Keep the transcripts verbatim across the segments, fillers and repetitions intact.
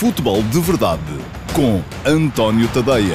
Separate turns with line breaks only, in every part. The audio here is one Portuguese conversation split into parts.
Futebol de Verdade com António Tadeia.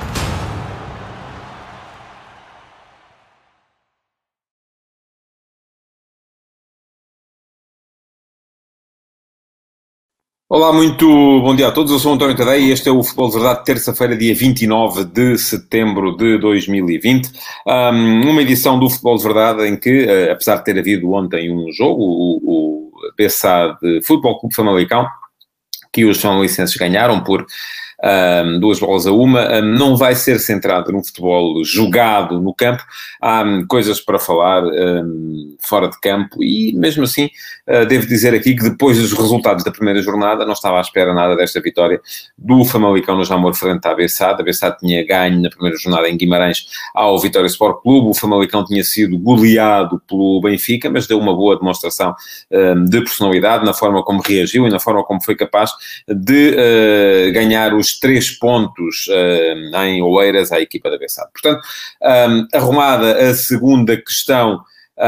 Olá, muito bom dia a todos, eu sou o António Tadeia e este é o Futebol de Verdade, terça-feira, dia vinte e nove de setembro de dois mil e vinte. Um, uma edição do Futebol de Verdade em que, uh, apesar de ter havido ontem um jogo, o, o B S A de Futebol Clube Famalicão, que os famalicenses ganharam por um, duas bolas a uma, um, não vai ser centrado no futebol jogado no campo. Há um, coisas para falar um, fora de campo e, mesmo assim, uh, devo dizer aqui que depois dos resultados da primeira jornada não estava à espera nada desta vitória do Famalicão no Jamor frente à B S A. A B S A tinha ganho na primeira jornada em Guimarães ao Vitória Sport Clube, o Famalicão tinha sido goleado pelo Benfica, mas deu uma boa demonstração um, de personalidade na forma como reagiu e na forma como foi capaz de uh, ganhar os três pontos uh, em Oeiras à equipa da B S A. Portanto, um, arrumada a segunda questão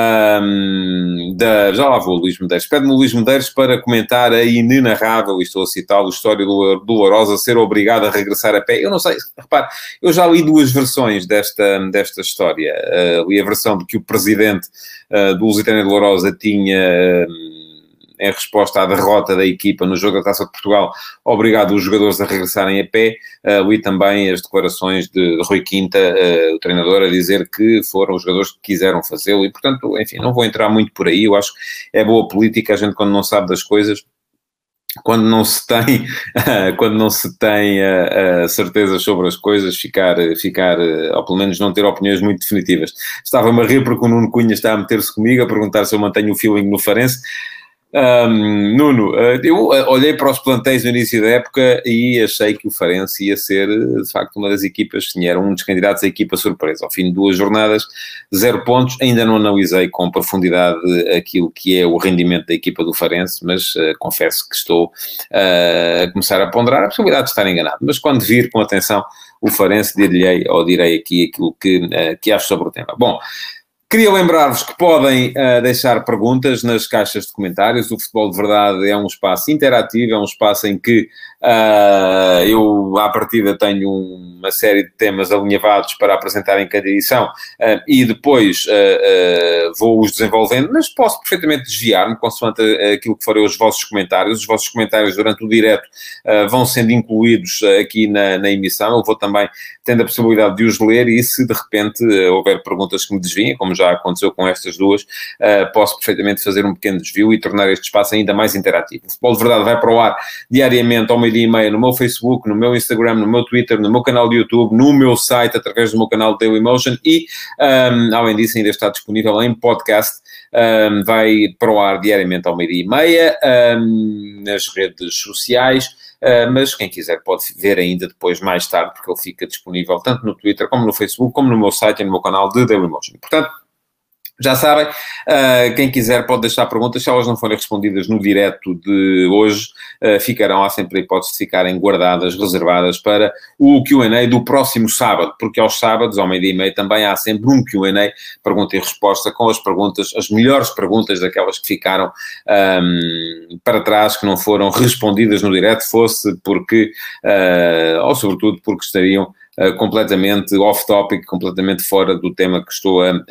um, da... Já lá vou, Luís Medeiros. Pede-me o Luís Medeiros para comentar a inenarrável, e estou a citá-lo, a história do dolorosa ser obrigado a regressar a pé. Eu não sei, repare, eu já li duas versões desta, desta história. Uh, li a versão de que o presidente uh, do Lusitânia Dolorosa tinha... Uh, em resposta à derrota da equipa no jogo da Taça de Portugal, obrigado os jogadores a regressarem a pé. Uh, li também as declarações de, de Rui Quinta, uh, o treinador, a dizer que foram os jogadores que quiseram fazê-lo e, portanto, enfim, não vou entrar muito por aí. Eu acho que é boa política, a gente quando não sabe das coisas, quando não se tem, quando não se tem uh, uh, certezas sobre as coisas, ficar, ficar uh, ou pelo menos não ter opiniões muito definitivas. Estava-me a rir porque o Nuno Cunha está a meter-se comigo, a perguntar se eu mantenho o feeling no Farense. Um, Nuno, eu olhei para os plantéis no início da época e achei que o Farense ia ser, de facto, uma das equipas que eram um dos candidatos à equipa surpresa. Ao fim de duas jornadas, zero pontos, ainda não analisei com profundidade aquilo que é o rendimento da equipa do Farense, mas uh, confesso que estou uh, a começar a ponderar a possibilidade de estar enganado. Mas quando vir com atenção o Farense, dir-lhe ou direi aqui aquilo que, uh, que acho sobre o tema. Bom, queria lembrar-vos que podem uh, deixar perguntas nas caixas de comentários. O Futebol de Verdade é um espaço interativo, é um espaço em que uh, eu, à partida, tenho uma série de temas alinhavados para apresentar em cada edição uh, e depois uh, uh, vou-os desenvolvendo, mas posso perfeitamente desviar-me consoante aquilo que forem os vossos comentários. Os vossos comentários durante o direto uh, vão sendo incluídos uh, aqui na, na emissão. Eu vou também tendo a possibilidade de os ler e se de repente uh, houver perguntas que me desviem, como já já aconteceu com estas duas, uh, posso perfeitamente fazer um pequeno desvio e tornar este espaço ainda mais interativo. O Futebol de Verdade vai para o ar diariamente ao meio-dia e meia no meu Facebook, no meu Instagram, no meu Twitter, no meu canal de YouTube, no meu site, através do meu canal de Dailymotion e, um, além disso, ainda está disponível em podcast. Um, vai para o ar diariamente ao meio-dia e meia, um, nas redes sociais. Uh, mas quem quiser pode ver ainda depois, mais tarde, porque ele fica disponível tanto no Twitter, como no Facebook, como no meu site e no meu canal de Dailymotion. Portanto, já sabem, uh, quem quiser pode deixar perguntas, se elas não forem respondidas no direto de hoje, uh, ficarão, há sempre a hipótese de ficarem guardadas, reservadas para o Q and A do próximo sábado, porque aos sábados, ao meio-dia e meio, também há sempre um Q and A, pergunta e resposta, com as perguntas, as melhores perguntas daquelas que ficaram um, para trás, que não foram respondidas no direto, fosse porque, uh, ou sobretudo porque estariam Uh, completamente off-topic, completamente fora do tema que estou a, a,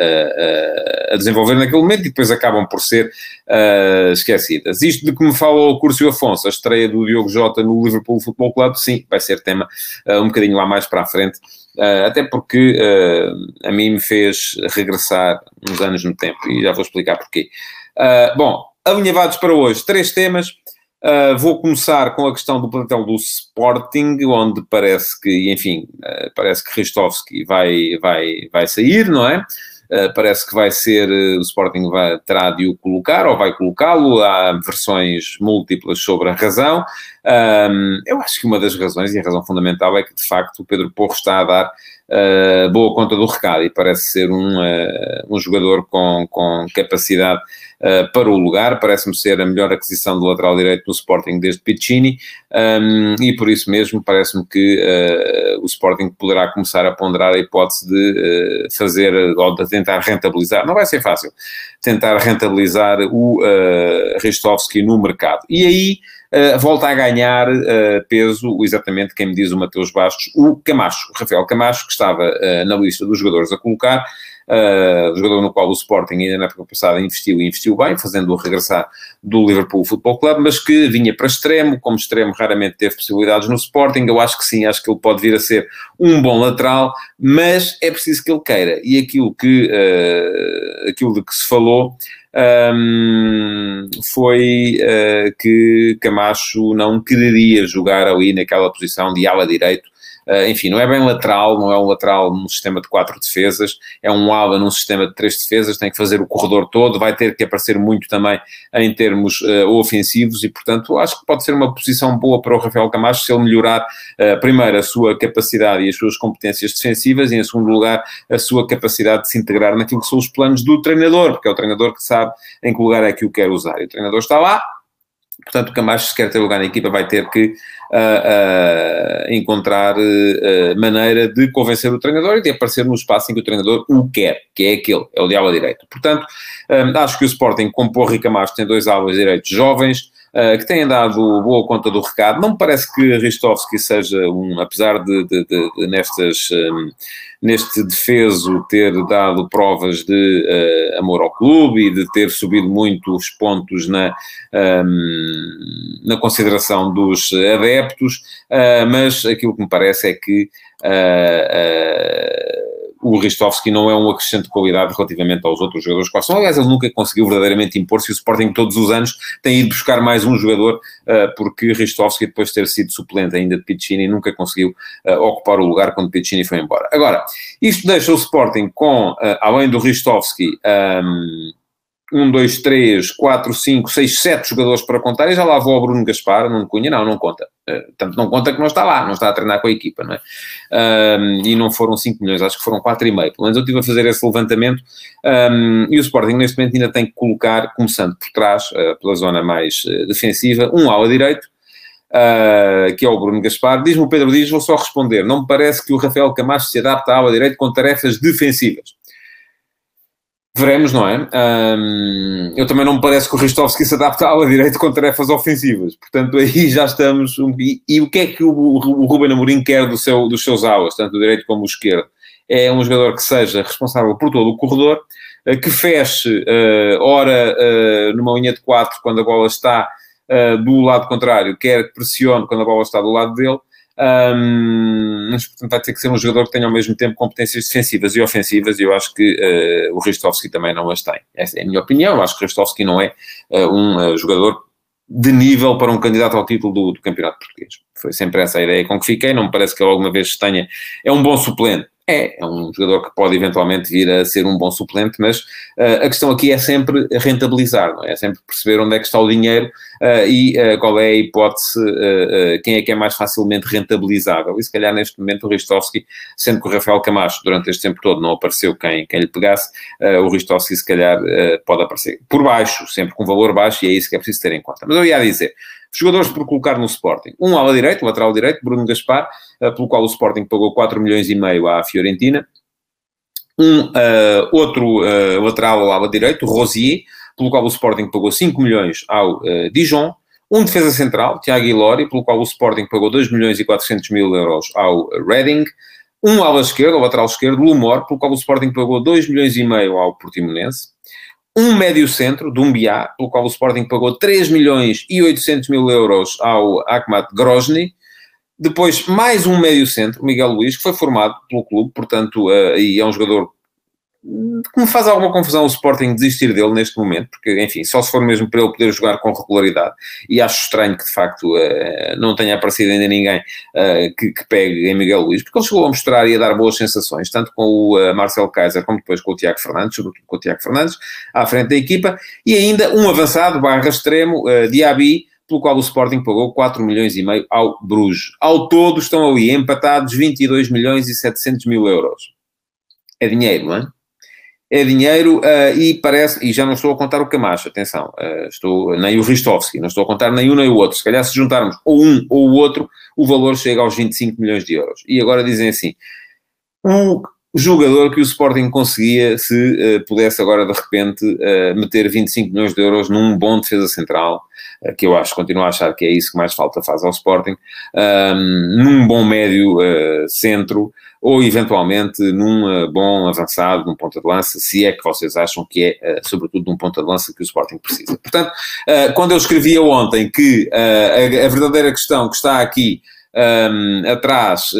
a, a desenvolver naquele momento e depois acabam por ser uh, esquecidas. Isto de que me fala o Curcio Afonso, a estreia do Diogo Jota no Liverpool Football Club, sim, vai ser tema uh, um bocadinho lá mais para a frente, uh, até porque uh, a mim me fez regressar uns anos no tempo e já vou explicar porquê. Uh, bom, alinhavados para hoje, três temas. Uh, vou começar com a questão do plantel do Sporting, onde parece que, enfim, uh, parece que Ristovski vai, vai, vai sair, não é? Uh, parece que vai ser, uh, o Sporting vai, terá de o colocar, ou vai colocá-lo. Há versões múltiplas sobre a razão. Um, eu acho que uma das razões, e a razão fundamental, é que, de facto, o Pedro Porro está a dar uh, boa conta do recado e parece ser um, uh, um jogador com, com capacidade Uh, para o lugar. Parece-me ser a melhor aquisição do lateral direito do Sporting desde Piccini, um, e por isso mesmo parece-me que uh, o Sporting poderá começar a ponderar a hipótese de uh, fazer, ou de tentar rentabilizar, não vai ser fácil, tentar rentabilizar o uh, Ristovski no mercado. E aí uh, volta a ganhar uh, peso, exatamente quem me diz o Mateus Bastos, o Camacho, o Rafael Camacho, que estava uh, na lista dos jogadores a colocar, uh, jogador no qual o Sporting ainda na época passada investiu e investiu bem, fazendo-o regressar do Liverpool Football Club, mas que vinha para extremo, como extremo raramente teve possibilidades no Sporting. Eu acho que sim, acho que ele pode vir a ser um bom lateral, mas é preciso que ele queira, e aquilo que, uh, aquilo de que se falou um, foi uh, que Camacho não quereria jogar ali naquela posição de ala direito. Uh, enfim, não é bem lateral, não é um lateral num sistema de quatro defesas, é um ala num sistema de três defesas, tem que fazer o corredor todo, vai ter que aparecer muito também em termos uh, ofensivos, e portanto acho que pode ser uma posição boa para o Rafael Camacho se ele melhorar uh, primeiro a sua capacidade e as suas competências defensivas, e em segundo lugar a sua capacidade de se integrar naquilo que são os planos do treinador, porque é o treinador que sabe em que lugar é que o quer usar, e o treinador está lá. Portanto, o Camacho, se quer ter lugar na equipa, vai ter que uh, uh, encontrar uh, maneira de convencer o treinador e de aparecer no espaço em que o treinador o quer, que é aquele, é o de ala direito. Portanto, um, acho que o Sporting, com Porro e Camacho, tem dois alas direitos jovens, Uh, que têm dado boa conta do recado. Não me parece que Ristovski seja um, apesar de, de, de, de nestas, um, neste defeso ter dado provas de uh, amor ao clube e de ter subido muito os pontos na, um, na consideração dos adeptos, uh, mas aquilo que me parece é que uh, uh, o Ristovski não é um acrescente de qualidade relativamente aos outros jogadores que são. Aliás, ele nunca conseguiu verdadeiramente impor-se, e o Sporting todos os anos tem ido buscar mais um jogador, uh, porque Ristovski, depois de ter sido suplente ainda de Piccini, nunca conseguiu uh, ocupar o lugar quando Piccini foi embora. Agora, isto deixa o Sporting com, uh, além do Ristovski, um, um, dois, três, quatro, cinco, seis, sete jogadores para contar, e já lá vou ao Bruno Gaspar, não Cunha, não, não conta. Uh, tanto não conta que não está lá, não está a treinar com a equipa, não é? Um, e não foram cinco milhões, acho que foram quatro e meio. Pelo menos eu estive a fazer esse levantamento, um, e o Sporting neste momento ainda tem que colocar, começando por trás, uh, pela zona mais uh, defensiva, um ala direito, uh, que é o Bruno Gaspar. Diz-me o Pedro Dias, vou só responder, não me parece que o Rafael Camacho se adapte à ala direito com tarefas defensivas. Veremos, não é? Um, eu também não me parece que o Ristovski se adapte à ala direito com tarefas ofensivas. Portanto, aí já estamos... Um, e, e o que é que o, o Ruben Amorim quer do seu, dos seus alas, tanto o direito como o esquerdo? É um jogador que seja responsável por todo o corredor, uh, que feche, uh, ora uh, numa linha de quatro quando a bola está uh, do lado contrário, quer que pressione quando a bola está do lado dele. Um, mas portanto vai ter que ser um jogador que tenha ao mesmo tempo competências defensivas e ofensivas, e eu acho que uh, o Ristovski também não as tem. Essa é a minha opinião. Eu acho que o Ristovski não é uh, um uh, jogador de nível para um candidato ao título do, do campeonato português. Foi sempre essa a ideia com que fiquei. Não me parece que ele alguma vez tenha... É um bom suplente. É, é um jogador que pode eventualmente vir a ser um bom suplente, mas uh, a questão aqui é sempre rentabilizar, não é? É sempre perceber onde é que está o dinheiro uh, e uh, qual é a hipótese, uh, uh, quem é que é mais facilmente rentabilizável. E se calhar neste momento o Ristovski, sendo que o Rafael Camacho durante este tempo todo não apareceu quem, quem lhe pegasse, uh, o Ristovski se calhar uh, pode aparecer por baixo, sempre com valor baixo, e é isso que é preciso ter em conta. Mas eu ia dizer... Jogadores por colocar no Sporting. Um ala direito, lateral direito, Bruno Gaspar, uh, pelo qual o Sporting pagou quatro milhões e meio à Fiorentina. Um uh, outro uh, lateral ao ala direito, Rosier, pelo qual o Sporting pagou cinco milhões ao uh, Dijon. Um defesa central, Tiago Ilori, pelo qual o Sporting pagou dois milhões e quatrocentos mil euros ao Reading. Um ala esquerdo, lateral esquerdo, Lumor, pelo qual o Sporting pagou dois milhões e meio ao Portimonense. Um médio centro, Dumbiá, pelo qual o Sporting pagou três milhões e oitocentos mil euros ao Akhmat Grozny. Depois, mais um médio centro, Miguel Luís, que foi formado pelo clube, portanto, uh, e é um jogador que me faz alguma confusão o Sporting desistir dele neste momento, porque, enfim, só se for mesmo para ele poder jogar com regularidade, e acho estranho que, de facto, uh, não tenha aparecido ainda ninguém uh, que, que pegue em Miguel Luís, porque ele chegou a mostrar e a dar boas sensações, tanto com o uh, Marcelo Kaiser, como depois com o Tiago Fernandes, sobretudo com o Tiago Fernandes, à frente da equipa, e ainda um avançado, barra extremo, uh, Diaby, pelo qual o Sporting pagou quatro milhões e meio ao Bruges. Ao todo estão ali empatados vinte e dois milhões e setecentos mil euros. É dinheiro, não é? É dinheiro uh, e parece... E já não estou a contar o Camacho, atenção. Uh, estou, nem o Ristovski, não estou a contar nem um nem o outro. Se calhar se juntarmos ou um ou o outro, o valor chega aos vinte e cinco milhões de euros. E agora dizem assim... O jogador que o Sporting conseguia se uh, pudesse agora de repente uh, meter vinte e cinco milhões de euros num bom defesa central, uh, que eu acho, continuo a achar que é isso que mais falta faz ao Sporting, um, num bom médio uh, centro, ou eventualmente num uh, bom avançado, num ponta de lança, se é que vocês acham que é, uh, sobretudo, num ponta de lança que o Sporting precisa. Portanto, uh, quando eu escrevia ontem que uh, a, a verdadeira questão que está aqui um, atrás...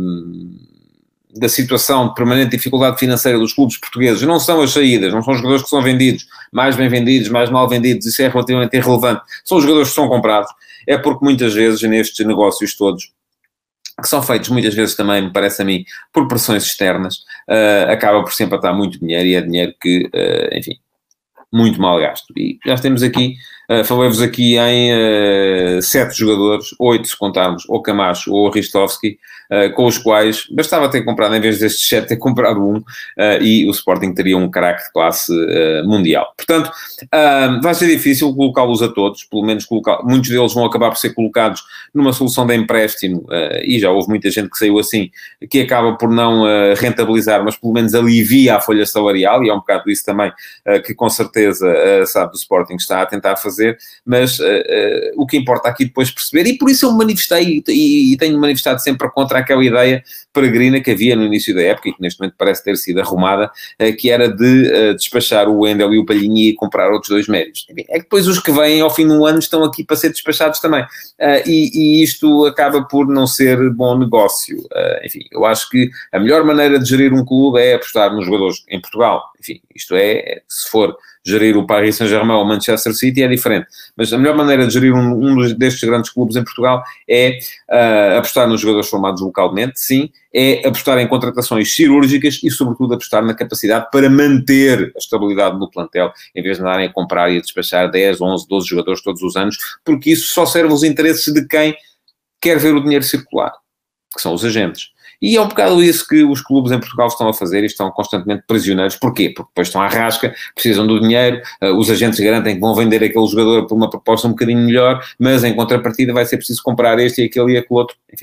Um, da situação de permanente dificuldade financeira dos clubes portugueses, não são as saídas, não são os jogadores que são vendidos, mais bem vendidos, mais mal vendidos, isso é relativamente irrelevante, são os jogadores que são comprados, é porque muitas vezes nestes negócios todos, que são feitos muitas vezes também, me parece a mim, por pressões externas, uh, acaba por se empatar muito dinheiro, e é dinheiro que, uh, enfim, muito mal gasto. E já temos aqui, uh, falei-vos aqui em uh, sete jogadores, oito se contarmos ou Camacho ou Ristovski, uh, com os quais bastava ter comprado, em vez destes sete, ter comprado um, uh, e o Sporting teria um craque de classe uh, mundial. Portanto, uh, vai ser difícil colocá-los a todos, pelo menos colocar, muitos deles vão acabar por ser colocados numa solução de empréstimo, uh, e já houve muita gente que saiu assim, que acaba por não uh, rentabilizar, mas pelo menos alivia a folha salarial, e é um bocado isso também uh, que com certeza Uh, sabe, do Sporting está a tentar fazer, mas uh, uh, o que importa aqui depois perceber, e por isso eu me manifestei e, e tenho manifestado sempre contra aquela ideia peregrina que havia no início da época e que neste momento parece ter sido arrumada, uh, que era de uh, despachar o Wendel e o Palhinha e comprar outros dois médios. É que depois os que vêm ao fim do ano estão aqui para ser despachados também, uh, e, e isto acaba por não ser bom negócio. Uh, enfim, eu acho que a melhor maneira de gerir um clube é apostar nos jogadores em Portugal. Enfim, isto é, se for gerir o Paris Saint-Germain ou o Manchester City é diferente, mas a melhor maneira de gerir um, um destes grandes clubes em Portugal é uh, apostar nos jogadores formados localmente, sim, é apostar em contratações cirúrgicas e sobretudo apostar na capacidade para manter a estabilidade do plantel, em vez de andarem a comprar e a despachar dez, onze, doze jogadores todos os anos, porque isso só serve os interesses de quem quer ver o dinheiro circular, que são os agentes. E é um bocado isso que os clubes em Portugal estão a fazer e estão constantemente prisioneiros. Porquê? Porque depois estão à rasca, precisam do dinheiro, uh, os agentes garantem que vão vender aquele jogador por uma proposta um bocadinho melhor, mas em contrapartida vai ser preciso comprar este e aquele e aquele outro. Enfim.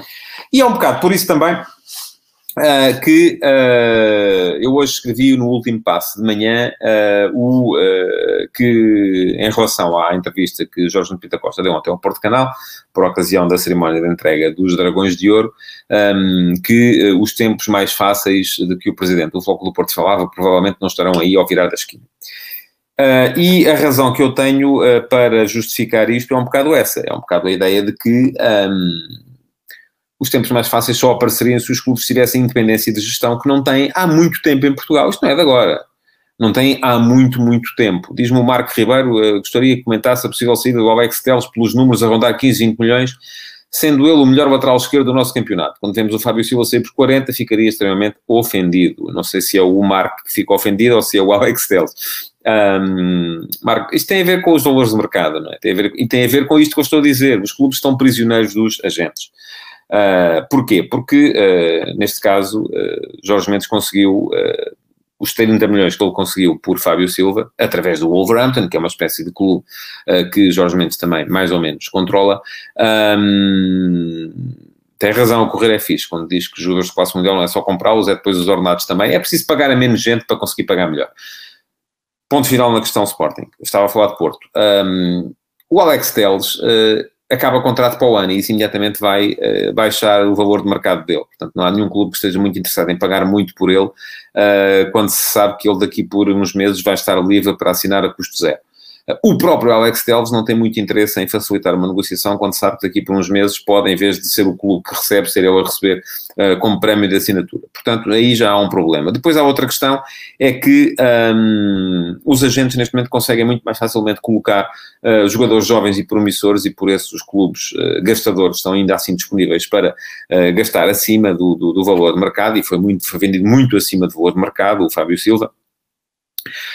E é um bocado por isso também uh, que uh, eu hoje escrevi no último passo de manhã uh, o, uh, que, em relação à entrevista que Jorge Nuno Pinto Costa deu ontem ao Porto Canal, por ocasião da cerimónia de entrega dos Dragões de Ouro, um, que uh, os tempos mais fáceis de que o Presidente do Futebol Clube do Porto falava provavelmente não estarão aí ao virar da esquina. Uh, e a razão que eu tenho uh, para justificar isto é um bocado essa, é um bocado a ideia de que um, os tempos mais fáceis só apareceriam se os clubes tivessem independência de gestão, que não têm há muito tempo em Portugal. Isto não é de agora. Não tem há muito, muito tempo. Diz-me o Marco Ribeiro, uh, gostaria que comentasse a possível saída do Alex Telles pelos números a rondar quinze, vinte milhões, sendo ele o melhor lateral esquerdo do nosso campeonato. Quando vemos o Fábio Silva sair por quarenta, ficaria extremamente ofendido. Não sei se é o Marco que fica ofendido ou se é o Alex Telles. Um, Marco, isto tem a ver com os valores de mercado, não é? Tem a ver, e tem a ver com isto que eu estou a dizer. Os clubes estão prisioneiros dos agentes. Uh, porquê? Porque, uh, neste caso, uh, Jorge Mendes conseguiu... Uh, os trinta milhões que ele conseguiu por Fábio Silva, através do Wolverhampton, que é uma espécie de clube uh, que Jorge Mendes também, mais ou menos, controla. Um, tem razão, o correr é fixe, quando diz que os jogadores de classe mundial não é só comprá-los, é depois os ordenados também. É preciso pagar a menos gente para conseguir pagar melhor. Ponto final na questão Sporting. Eu estava a falar de Porto. Um, o Alex Telles... Uh, acaba o contrato para o ano e isso imediatamente vai uh, baixar o valor de mercado dele. Portanto, não há nenhum clube que esteja muito interessado em pagar muito por ele, uh, quando se sabe que ele daqui por uns meses vai estar livre para assinar a custo zero. Uh, o próprio Alex Telles não tem muito interesse em facilitar uma negociação quando sabe que daqui por uns meses pode, em vez de ser o clube que recebe, ser ele a receber uh, como prémio de assinatura. Portanto, aí já há um problema. Depois há outra questão, é que um, os agentes neste momento conseguem muito mais facilmente colocar uh, jogadores jovens e promissores e por isso os clubes uh, gastadores estão ainda assim disponíveis para uh, gastar acima do, do, do valor de mercado e foi, muito, foi vendido muito acima do valor de mercado, o Fábio Silva.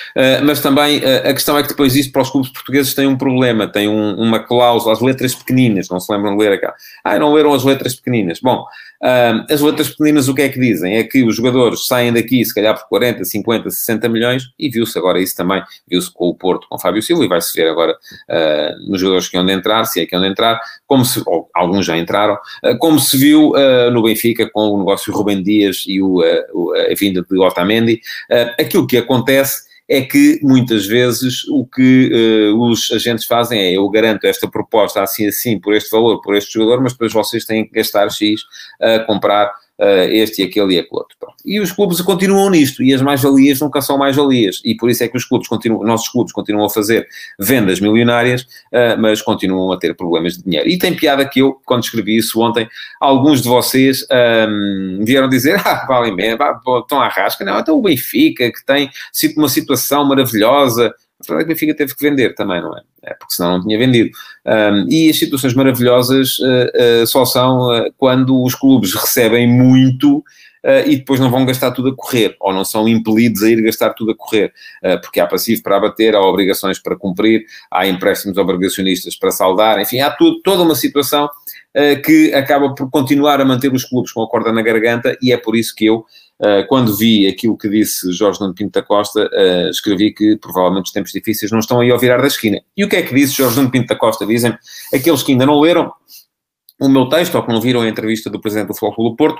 Uh, mas também uh, a questão é que depois isso para os clubes portugueses tem um problema, tem um, uma cláusula, as letras pequeninas, não se lembram de ler aquela. Ah, não leram as letras pequeninas. Bom, uh, as letras pequeninas o que é que dizem? É que os jogadores saem daqui se calhar por quarenta, cinquenta, sessenta milhões, e viu-se agora isso também, viu-se com o Porto, com o Fábio Silva, e vai-se ver agora uh, nos jogadores que hão de entrar, se é que hão de entrar, como se, ou alguns já entraram, uh, como se viu uh, no Benfica com o negócio Rubem Dias e o, uh, a vinda de Otamendi. Uh, aquilo que acontece é que, muitas vezes, o que uh, os agentes fazem é, eu garanto esta proposta assim, assim, por este valor, por este jogador, mas depois vocês têm que gastar X a comprar uh, este e aquele e aquele outro. Pronto. E os clubes continuam nisto, e as mais-valias nunca são mais-valias, e por isso é que os clubes continuam, nossos clubes continuam a fazer vendas milionárias, uh, mas continuam a ter problemas de dinheiro. E tem piada que eu, quando escrevi isso ontem, alguns de vocês um, vieram dizer, ah, valem bem, estão à rasca, não, então o Benfica, que tem uma situação maravilhosa, a verdade é que o Benfica teve que vender também, não é? É porque senão não tinha vendido. Um, e as situações maravilhosas uh, uh, só são uh, quando os clubes recebem muito Uh, e depois não vão gastar tudo a correr, ou não são impelidos a ir gastar tudo a correr, uh, porque há passivo para abater, há obrigações para cumprir, há empréstimos obrigacionistas para saldar, enfim, há tudo, toda uma situação uh, que acaba por continuar a manter os clubes com a corda na garganta, e é por isso que eu, uh, quando vi aquilo que disse Jorge Nuno Pinto da Costa, uh, escrevi que provavelmente os tempos difíceis não estão aí ao virar da esquina. E o que é que disse Jorge Nuno Pinto da Costa? Dizem aqueles que ainda não leram o meu texto, ou que não viram a entrevista do Presidente do Futebol Clube do Porto,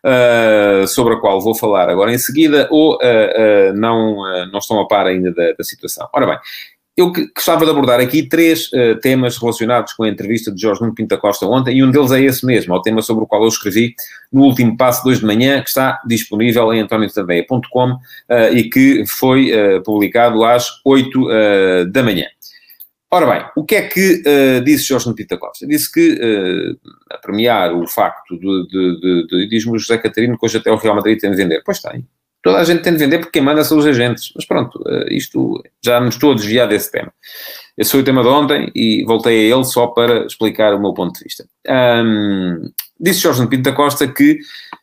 uh, sobre a qual vou falar agora em seguida, ou uh, uh, não, uh, não estão a par ainda da, da situação. Ora bem, eu gostava de abordar aqui três uh, temas relacionados com a entrevista de Jorge Nuno Pinto da Costa ontem, e um deles é esse mesmo, é o tema sobre o qual eu escrevi no último passo, dois de manhã, que está disponível em antonio tadeia ponto com uh, e que foi uh, publicado às oito uh, da manhã. Ora bem, o que é que uh, disse Jorge Nuno Pinto da Costa? Disse que, uh, a premiar o facto de, de, de, de diz-me o José Catarino que hoje até o Real Madrid tem de vender. Pois tem. Toda a gente tem de vender porque quem manda são os agentes. Mas pronto, uh, isto já me estou a desviar desse tema. Esse foi o tema de ontem e voltei a ele só para explicar o meu ponto de vista. Um, disse Jorge Nuno Pinto da Costa que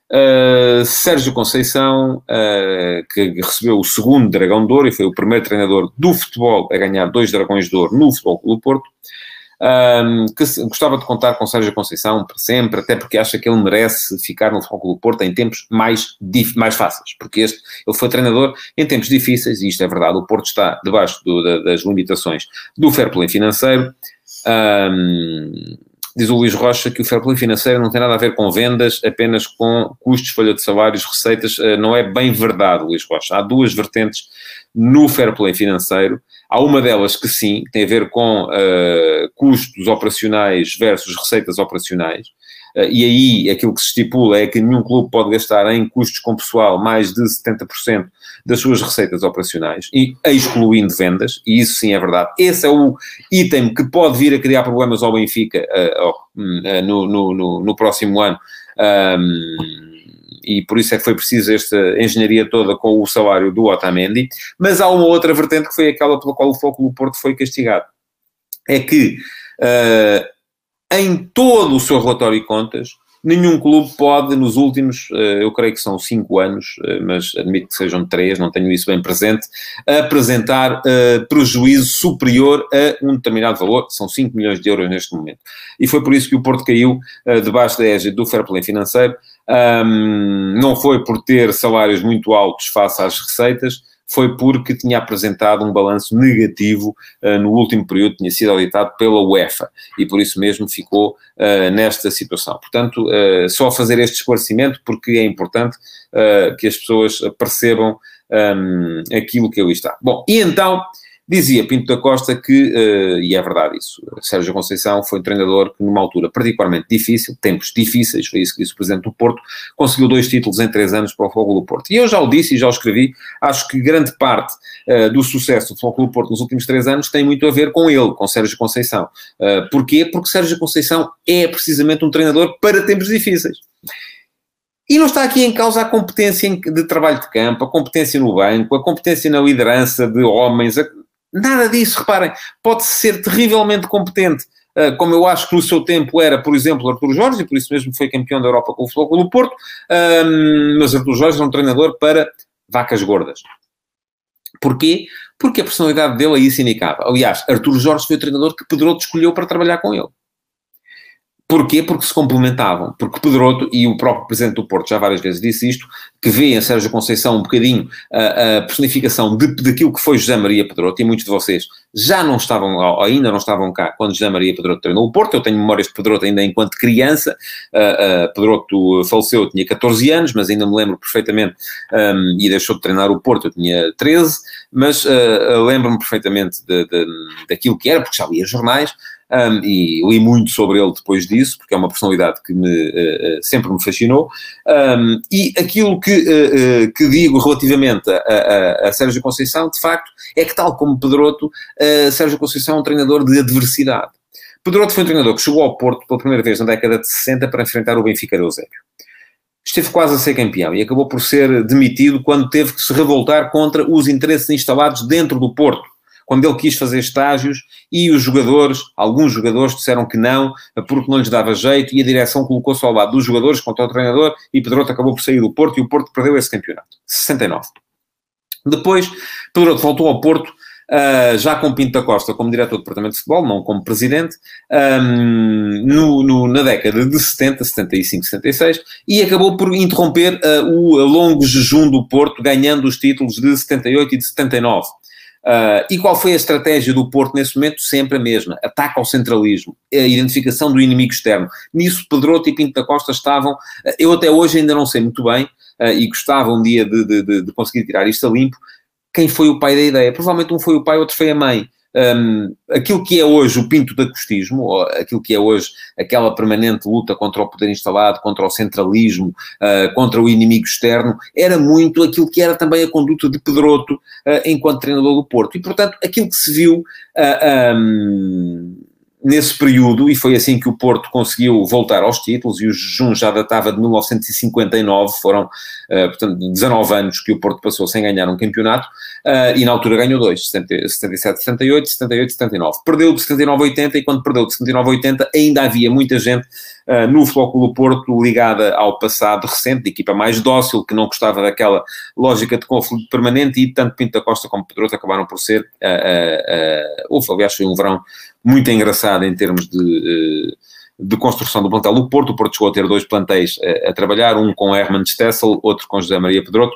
Uh, Sérgio Conceição, uh, que recebeu o segundo Dragão de Ouro e foi o primeiro treinador do futebol a ganhar dois Dragões de Ouro no Futebol Clube do Porto, um, que se, gostava de contar com Sérgio Conceição para sempre, até porque acha que ele merece ficar no Futebol Clube do Porto em tempos mais, dif, mais fáceis, porque este, ele foi treinador em tempos difíceis, e isto é verdade, o Porto está debaixo do, da, das limitações do fair play financeiro. um, Diz o Luís Rocha que o fair play financeiro não tem nada a ver com vendas, apenas com custos, folha de salários, receitas. Não é bem verdade, Luís Rocha. Há duas vertentes no fair play financeiro. Há uma delas que sim, tem a ver com uh, custos operacionais versus receitas operacionais. Uh, e aí aquilo que se estipula é que nenhum clube pode gastar em custos com pessoal mais de setenta por cento das suas receitas operacionais, e excluindo vendas, e isso sim é verdade. Esse é o item que pode vir a criar problemas ao Benfica uh, uh, no, no, no, no próximo ano, um, e por isso é que foi preciso esta engenharia toda com o salário do Otamendi. Mas há uma outra vertente que foi aquela pela qual o Futebol Clube do Porto foi castigado. É que uh, em todo o seu relatório de contas, nenhum clube pode, nos últimos, eu creio que são cinco anos, mas admito que sejam três, não tenho isso bem presente, apresentar uh, prejuízo superior a um determinado valor, são cinco milhões de euros neste momento. E foi por isso que o Porto caiu uh, debaixo da égide do fair play financeiro. Um, não foi por ter salários muito altos face às receitas, foi porque tinha apresentado um balanço negativo uh, no último período, tinha sido auditado pela UEFA, e por isso mesmo ficou uh, nesta situação. Portanto, uh, só fazer este esclarecimento, porque é importante uh, que as pessoas percebam um, aquilo que ali está. Bom, e então, dizia Pinto da Costa que, uh, e é verdade isso, Sérgio Conceição foi um treinador que numa altura particularmente difícil, tempos difíceis, foi isso que disse o Presidente do Porto, conseguiu dois títulos em três anos para o Futebol Clube do Porto. E eu já o disse e já o escrevi, acho que grande parte uh, do sucesso do Futebol Clube do Porto nos últimos três anos tem muito a ver com ele, com Sérgio Conceição. Uh, porquê? Porque Sérgio Conceição é precisamente um treinador para tempos difíceis. E não está aqui em causa a competência de trabalho de campo, a competência no banco, a competência na liderança de homens, a... nada disso. Reparem, pode-se ser terrivelmente competente, uh, como eu acho que no seu tempo era, por exemplo, Artur Jorge, e por isso mesmo foi campeão da Europa com o Futebol Clube do Porto, um, mas Artur Jorge era um treinador para vacas gordas. Porquê? Porque a personalidade dele aí se indicava. Aliás, Artur Jorge foi o treinador que Pedroto escolheu para trabalhar com ele. Porquê? Porque se complementavam. Porque Pedroto, e o próprio Presidente do Porto já várias vezes disse isto, que vê em Sérgio Conceição um bocadinho a, a personificação de, daquilo que foi José Maria Pedroto, e muitos de vocês já não estavam, ainda não estavam cá quando José Maria Pedroto treinou o Porto. Eu tenho memórias de Pedroto ainda enquanto criança. Uh, uh, Pedroto faleceu, eu tinha catorze anos, mas ainda me lembro perfeitamente, um, e deixou de treinar o Porto, eu tinha treze, mas uh, lembro-me perfeitamente de, de, daquilo que era, porque já lia jornais. Um, e li muito sobre ele depois disso, porque é uma personalidade que me, uh, sempre me fascinou, um, e aquilo que, uh, uh, que digo relativamente a, a, a Sérgio Conceição, de facto, é que tal como Pedroto, uh, Sérgio Conceição é um treinador de adversidade. Pedroto foi um treinador que chegou ao Porto pela primeira vez na década de sessenta para enfrentar o Benfica de Eusébio. Esteve quase a ser campeão e acabou por ser demitido quando teve que se revoltar contra os interesses instalados dentro do Porto, quando ele quis fazer estágios e os jogadores, alguns jogadores disseram que não, porque não lhes dava jeito, e a direção colocou-se ao lado dos jogadores contra o treinador, e Pedroto acabou por sair do Porto, e o Porto perdeu esse campeonato. sessenta e nove. Depois, Pedroto voltou ao Porto, uh, já com Pinto da Costa como diretor do departamento de futebol, não como presidente, um, no, no, na década de setenta, setenta e cinco, setenta e seis, e acabou por interromper uh, o longo jejum do Porto, ganhando os títulos de setenta e oito e de setenta e nove. Uh, e qual foi a estratégia do Porto nesse momento? Sempre a mesma. Ataque ao centralismo, a identificação do inimigo externo. Nisso Pedroto e Pinto da Costa estavam, uh, eu até hoje ainda não sei muito bem, uh, e gostava um dia de, de, de, de conseguir tirar isto a limpo, quem foi o pai da ideia. Provavelmente um foi o pai, outro foi a mãe. Um, aquilo que é hoje o pinto da costismo, ou aquilo que é hoje aquela permanente luta contra o poder instalado, contra o centralismo, uh, contra o inimigo externo, era muito aquilo que era também a conduta de Pedroto uh, enquanto treinador do Porto. E, portanto, aquilo que se viu uh, um, nesse período, e foi assim que o Porto conseguiu voltar aos títulos, e o jejum já datava de mil novecentos e cinquenta e nove, foram, uh, portanto, dezanove anos que o Porto passou sem ganhar um campeonato, uh, e na altura ganhou dois, setenta e sete, setenta e oito, setenta e oito, setenta e nove. Perdeu de setenta e nove a oitenta, e quando perdeu de setenta e nove a oitenta, ainda havia muita gente uh, no Futebol Clube do Porto ligada ao passado recente, de equipa mais dócil, que não gostava daquela lógica de conflito permanente, e tanto Pinto da Costa como Pedroto acabaram por ser, uh, uh, uh, houve, aliás, foi um verão muito engraçado em termos de, de construção do plantel do Porto. O Porto chegou a ter dois plantéis a, a trabalhar, um com Hermann Stessel, outro com José Maria Pedroto.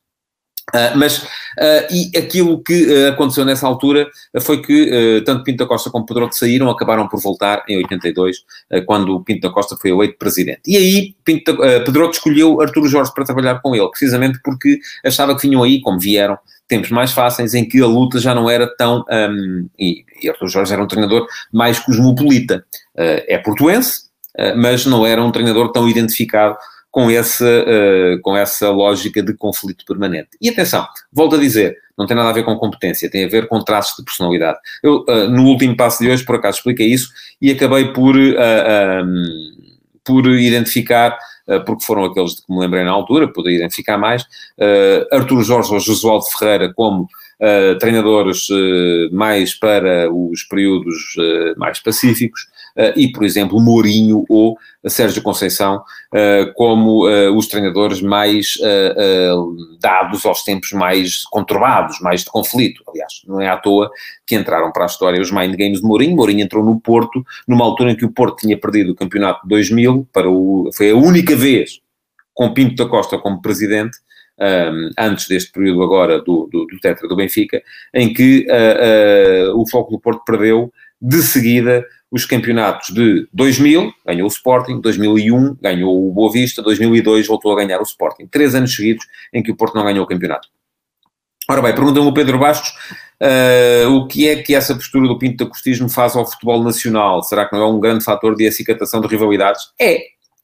Uh, mas, uh, e aquilo que uh, aconteceu nessa altura uh, foi que uh, tanto Pinto da Costa como Pedroto saíram, acabaram por voltar em oitenta e dois, uh, quando o Pinto da Costa foi eleito presidente. E aí Pinto da, uh, Pedroto escolheu Artur Jorge para trabalhar com ele, precisamente porque achava que vinham aí, como vieram, tempos mais fáceis em que a luta já não era tão... Um, e, e Artur Jorge era um treinador mais cosmopolita. Uh, é portuense, uh, mas não era um treinador tão identificado com essa, uh, com essa lógica de conflito permanente. E atenção, volto a dizer, não tem nada a ver com competência, tem a ver com traços de personalidade. Eu, uh, no último passo de hoje, por acaso, expliquei isso e acabei por, uh, um, por identificar... porque foram aqueles de que me lembrei na altura, poder identificar mais, uh, Artur Jorge ou Josualdo Ferreira como uh, treinadores uh, mais para os períodos uh, mais pacíficos, uh, e, por exemplo, Mourinho ou Sérgio Conceição uh, como uh, os treinadores mais uh, uh, dados aos tempos mais conturbados, mais de conflito. Aliás, não é à toa que entraram para a história os Mind Games de Mourinho. Mourinho entrou no Porto, numa altura em que o Porto tinha perdido o campeonato de dois mil, para o, foi a única vez com Pinto da Costa como presidente, um, antes deste período agora do, do, do Tetra do Benfica, em que uh, uh, o Futebol Clube do Porto perdeu de seguida os campeonatos de dois mil, ganhou o Sporting, dois mil e um ganhou o Boa Vista, dois mil e dois voltou a ganhar o Sporting. Três anos seguidos em que o Porto não ganhou o campeonato. Ora bem, pergunta-me o Pedro Bastos, uh, o que é que essa postura do Pinto da Costismo faz ao futebol nacional? Será que não é um grande fator de acicatação de rivalidades? É.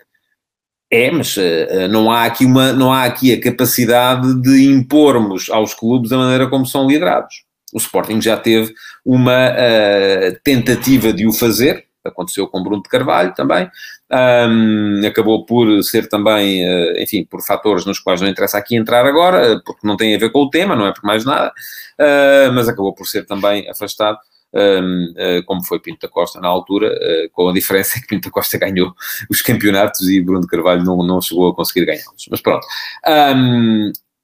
É, mas uh, não, há aqui uma, não há aqui a capacidade de impormos aos clubes a maneira como são liderados. O Sporting já teve uma uh, tentativa de o fazer, aconteceu com Bruno de Carvalho também, um, acabou por ser também, uh, enfim, por fatores nos quais não interessa aqui entrar agora, porque não tem a ver com o tema, não é por mais nada, uh, mas acabou por ser também afastado, um, uh, como foi Pinto da Costa na altura, uh, com a diferença que Pinto da Costa ganhou os campeonatos e Bruno de Carvalho não, não chegou a conseguir ganhá-los. Mas pronto. Um,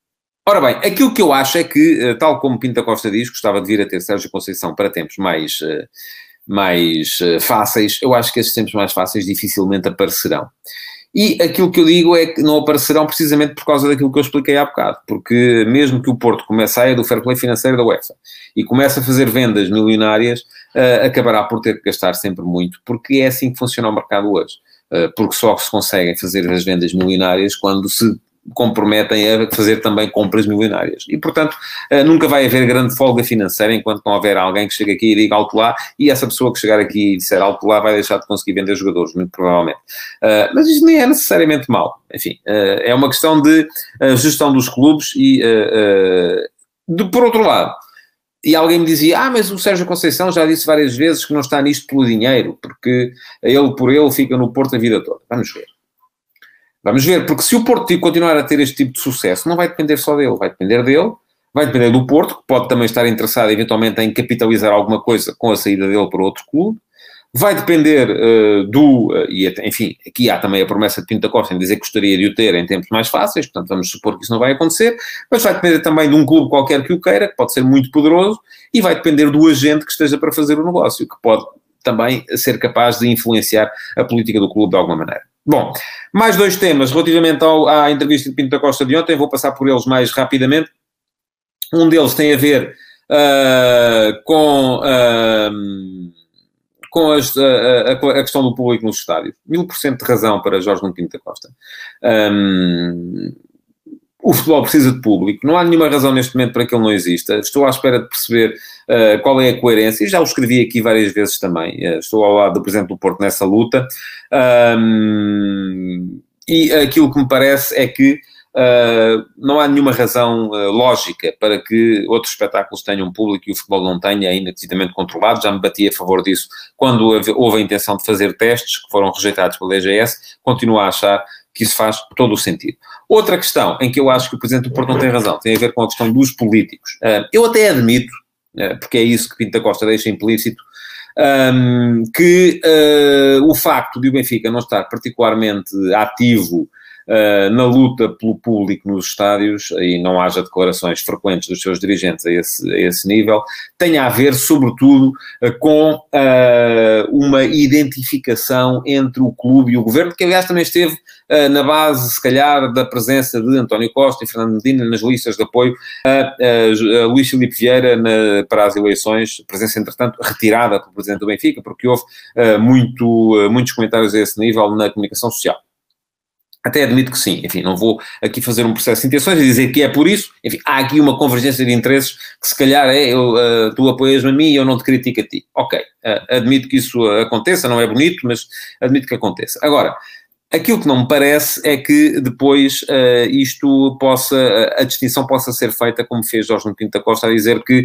Ora bem, aquilo que eu acho é que, tal como Pinto da Costa diz, gostava de vir a ter Sérgio Conceição para tempos mais, mais fáceis, eu acho que esses tempos mais fáceis dificilmente aparecerão. E aquilo que eu digo é que não aparecerão precisamente por causa daquilo que eu expliquei há bocado, porque mesmo que o Porto comece a sair do fair play financeiro da UEFA e comece a fazer vendas milionárias, uh, acabará por ter que gastar sempre muito, porque é assim que funciona o mercado hoje. Uh, porque só se conseguem fazer as vendas milionárias quando se comprometem a fazer também compras milionárias. E, portanto, nunca vai haver grande folga financeira enquanto não houver alguém que chegue aqui e diga alto lá, e essa pessoa que chegar aqui e disser alto lá vai deixar de conseguir vender jogadores, muito provavelmente. Uh, mas isto nem é necessariamente mau. Enfim, uh, é uma questão de uh, gestão dos clubes e, uh, uh, de, por outro lado, e alguém me dizia, ah, mas o Sérgio Conceição já disse várias vezes que não está nisto pelo dinheiro, porque ele por ele fica no Porto a vida toda. Vamos ver. Vamos ver, porque se o Porto continuar a ter este tipo de sucesso, não vai depender só dele, vai depender dele, vai depender do Porto, que pode também estar interessado eventualmente em capitalizar alguma coisa com a saída dele para outro clube, vai depender uh, do, uh, e enfim, aqui há também a promessa de Pinto da Costa em dizer que gostaria de o ter em tempos mais fáceis, portanto vamos supor que isso não vai acontecer, mas vai depender também de um clube qualquer que o queira, que pode ser muito poderoso, e vai depender do agente que esteja para fazer o negócio, que pode também ser capaz de influenciar a política do clube de alguma maneira. Bom, mais dois temas relativamente ao, à entrevista de Pinto da Costa de ontem, vou passar por eles mais rapidamente. Um deles tem a ver uh, com, uh, com as, uh, a, a questão do público nos estádios. Mil por cento de razão para Jorge Nuno Pinto da Costa. Um, o futebol precisa de público, não há nenhuma razão neste momento para que ele não exista. Estou à espera de perceber uh, qual é a coerência, e já o escrevi aqui várias vezes também. Uh, estou ao lado do Presidente do Porto nessa luta. Um, e aquilo que me parece é que uh, não há nenhuma razão uh, lógica para que outros espetáculos tenham público e o futebol não tenha, ainda devidamente controlado. Já me bati a favor disso quando houve a intenção de fazer testes que foram rejeitados pela D G S. Continuo a achar que isso faz todo o sentido. Outra questão em que eu acho que o Presidente do Porto não tem razão tem a ver com a questão dos políticos. Uh, eu até admito, uh, porque é isso que Pinto da Costa deixa implícito, um, que uh, o facto de o Benfica não estar particularmente ativo uh, na luta pelo público nos estádios e não haja declarações frequentes dos seus dirigentes a esse, a esse nível, tenha a ver, sobretudo, uh, com uh, uma identificação entre o clube e o governo, que aliás também esteve uh, na base, se calhar, da presença de António Costa e Fernando Medina nas listas de apoio a, a, a Luís Filipe Vieira na, para as eleições, presença, entretanto, retirada pelo Presidente do Benfica, porque houve uh, muito, uh, muitos comentários a esse nível na comunicação social. Até admito que sim, enfim, não vou aqui fazer um processo de intenções e dizer que é por isso, enfim, há aqui uma convergência de interesses que se calhar é, eu, uh, tu apoias-me a mim e eu não te critico a ti. Ok, uh, admito que isso aconteça, não é bonito, mas admito que aconteça. Agora, aquilo que não me parece é que depois uh, isto possa, uh, a distinção possa ser feita como fez Jorge Nuno Pinto da Costa a dizer que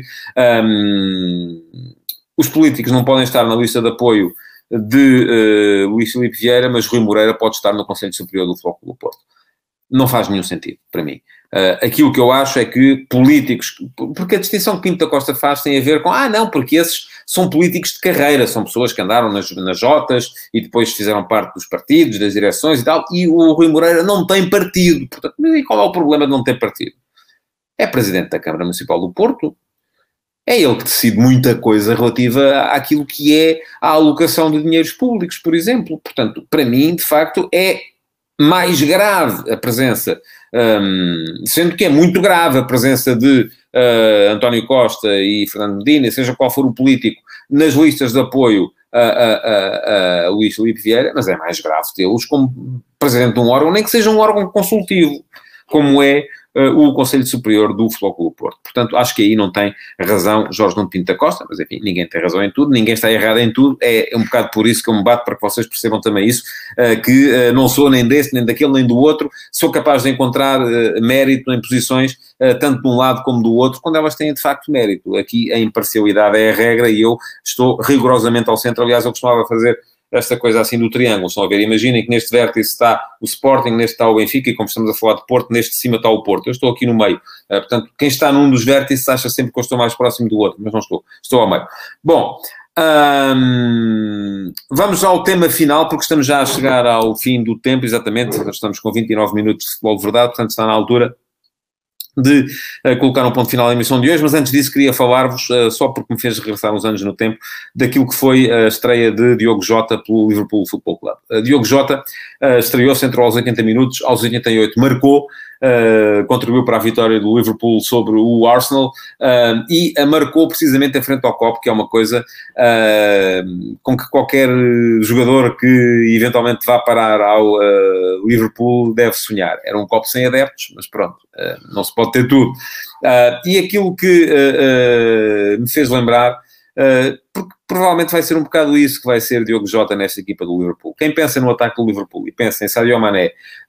um, os políticos não podem estar na lista de apoio de uh, Luís Filipe Vieira, mas Rui Moreira pode estar no Conselho Superior do Futebol Clube do Porto. Não faz nenhum sentido, para mim. Uh, aquilo que eu acho é que políticos... Porque a distinção que Pinto da Costa faz tem a ver com... Ah, não, porque esses são políticos de carreira, são pessoas que andaram nas, nas Jotas e depois fizeram parte dos partidos, das direções e tal, e o Rui Moreira não tem partido. Portanto, e qual é o problema de não ter partido? É Presidente da Câmara Municipal do Porto. É ele que decide muita coisa relativa àquilo que é a alocação de dinheiros públicos, por exemplo. Portanto, para mim, de facto, é mais grave a presença, um, sendo que é muito grave a presença de uh, António Costa e Fernando Medina, seja qual for o político, nas listas de apoio a, a, a, a Luís Filipe Vieira, mas é mais grave tê-los como presidente de um órgão, nem que seja um órgão consultivo, como é Uh, o Conselho Superior do Futebol Clube do Porto. Portanto, acho que aí não tem razão Jorge Nuno Pinto da Costa, mas enfim, ninguém tem razão em tudo, ninguém está errado em tudo, é um bocado por isso que eu me bato para que vocês percebam também isso, uh, que uh, não sou nem desse, nem daquele, nem do outro, sou capaz de encontrar uh, mérito em posições, uh, tanto de um lado como do outro, quando elas têm de facto mérito. Aqui a imparcialidade é a regra e eu estou rigorosamente ao centro. Aliás, eu costumava fazer esta coisa assim do triângulo, estão a ver, imaginem que neste vértice está o Sporting, neste está o Benfica, e como estamos a falar de Porto, neste de cima está o Porto, eu estou aqui no meio, uh, portanto, quem está num dos vértices acha sempre que eu estou mais próximo do outro, mas não estou, estou ao meio. Bom, hum, vamos ao tema final, porque estamos já a chegar ao fim do tempo, exatamente, estamos com vinte e nove minutos de futebol de verdade, portanto está na altura de uh, colocar um ponto final à emissão de hoje, mas antes disso queria falar-vos, uh, só porque me fez regressar uns anos no tempo, daquilo que foi a estreia de Diogo Jota pelo Liverpool Football Club. Uh, Diogo Jota uh, estreou-se, entrou aos oitenta minutos, aos oitenta e oito marcou, Uh, contribuiu para a vitória do Liverpool sobre o Arsenal uh, e a marcou precisamente em frente ao copo, que é uma coisa uh, com que qualquer jogador que eventualmente vá parar ao uh, Liverpool deve sonhar. Era um copo sem adeptos, mas pronto, uh, não se pode ter tudo. Uh, e aquilo que uh, uh, me fez lembrar, uh, porque provavelmente vai ser um bocado isso que vai ser Diogo Jota nesta equipa do Liverpool. Quem pensa no ataque do Liverpool e pensa em Sadio Mané,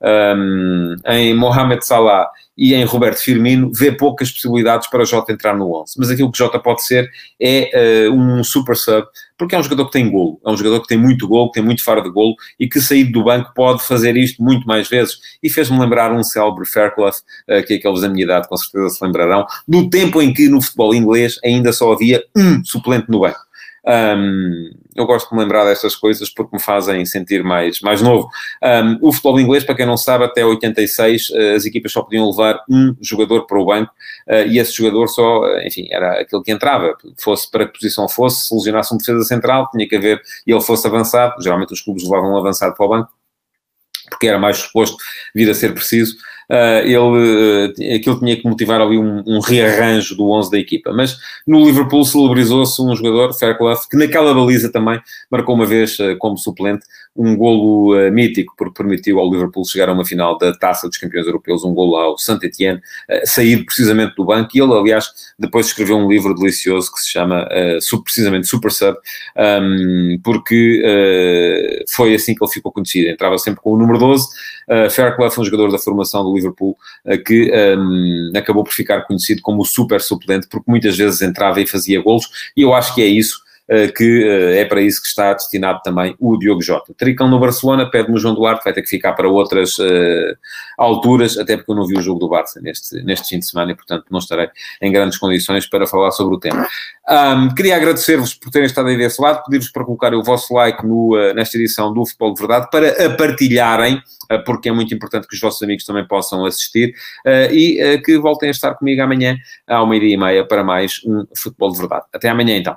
um, em Mohamed Salah e em Roberto Firmino, vê poucas possibilidades para Jota entrar no onze. Mas aquilo que Jota pode ser é uh, um super sub, porque é um jogador que tem golo, é um jogador que tem muito golo, que tem muito faro de golo e que saído do banco pode fazer isto muito mais vezes. E fez-me lembrar um célebre Fairclough, uh, que aqueles da minha idade com certeza se lembrarão, do tempo em que no futebol inglês ainda só havia um suplente no banco. Um, eu gosto de me lembrar destas coisas porque me fazem sentir mais, mais novo. Um, o futebol inglês, para quem não sabe, até oitenta e seis as equipas só podiam levar um jogador para o banco uh, e esse jogador só, enfim, era aquele que entrava, fosse para que posição fosse, se lesionasse um defesa central, tinha que haver, e ele fosse avançado, geralmente os clubes levavam um avançado para o banco, porque era mais suposto vir a ser preciso. Uh, ele, uh, aquilo tinha que motivar ali um, um rearranjo do onze da equipa, mas no Liverpool celebrizou-se um jogador, Fairclough, que naquela baliza também marcou uma vez uh, como suplente um golo uh, mítico, porque permitiu ao Liverpool chegar a uma final da Taça dos Campeões Europeus, um golo ao Saint-Étienne, uh, sair precisamente do banco, e ele, aliás, depois escreveu um livro delicioso que se chama uh, precisamente Super Sub, um, porque uh, foi assim que ele ficou conhecido, entrava sempre com o número doze. uh, Fairclough foi um jogador da formação do Liverpool uh, que um, acabou por ficar conhecido como o super suplente, porque muitas vezes entrava e fazia golos, e eu acho que é isso Uh, que uh, é para isso que está destinado também o Diogo Jota. O Tricão no Barcelona, pede-me o João Duarte, vai ter que ficar para outras uh, alturas, até porque eu não vi o jogo do Barça neste, neste fim de semana e, portanto, não estarei em grandes condições para falar sobre o tema. Um, queria agradecer-vos por terem estado aí desse lado, pedir-vos para colocarem o vosso like no, uh, nesta edição do Futebol de Verdade, para a partilharem, uh, porque é muito importante que os vossos amigos também possam assistir, uh, e uh, que voltem a estar comigo amanhã, ao meio-dia e meia, para mais um Futebol de Verdade. Até amanhã, então.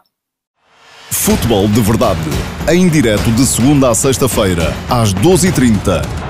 Futebol de Verdade, em direto de segunda a sexta-feira, às doze e trinta,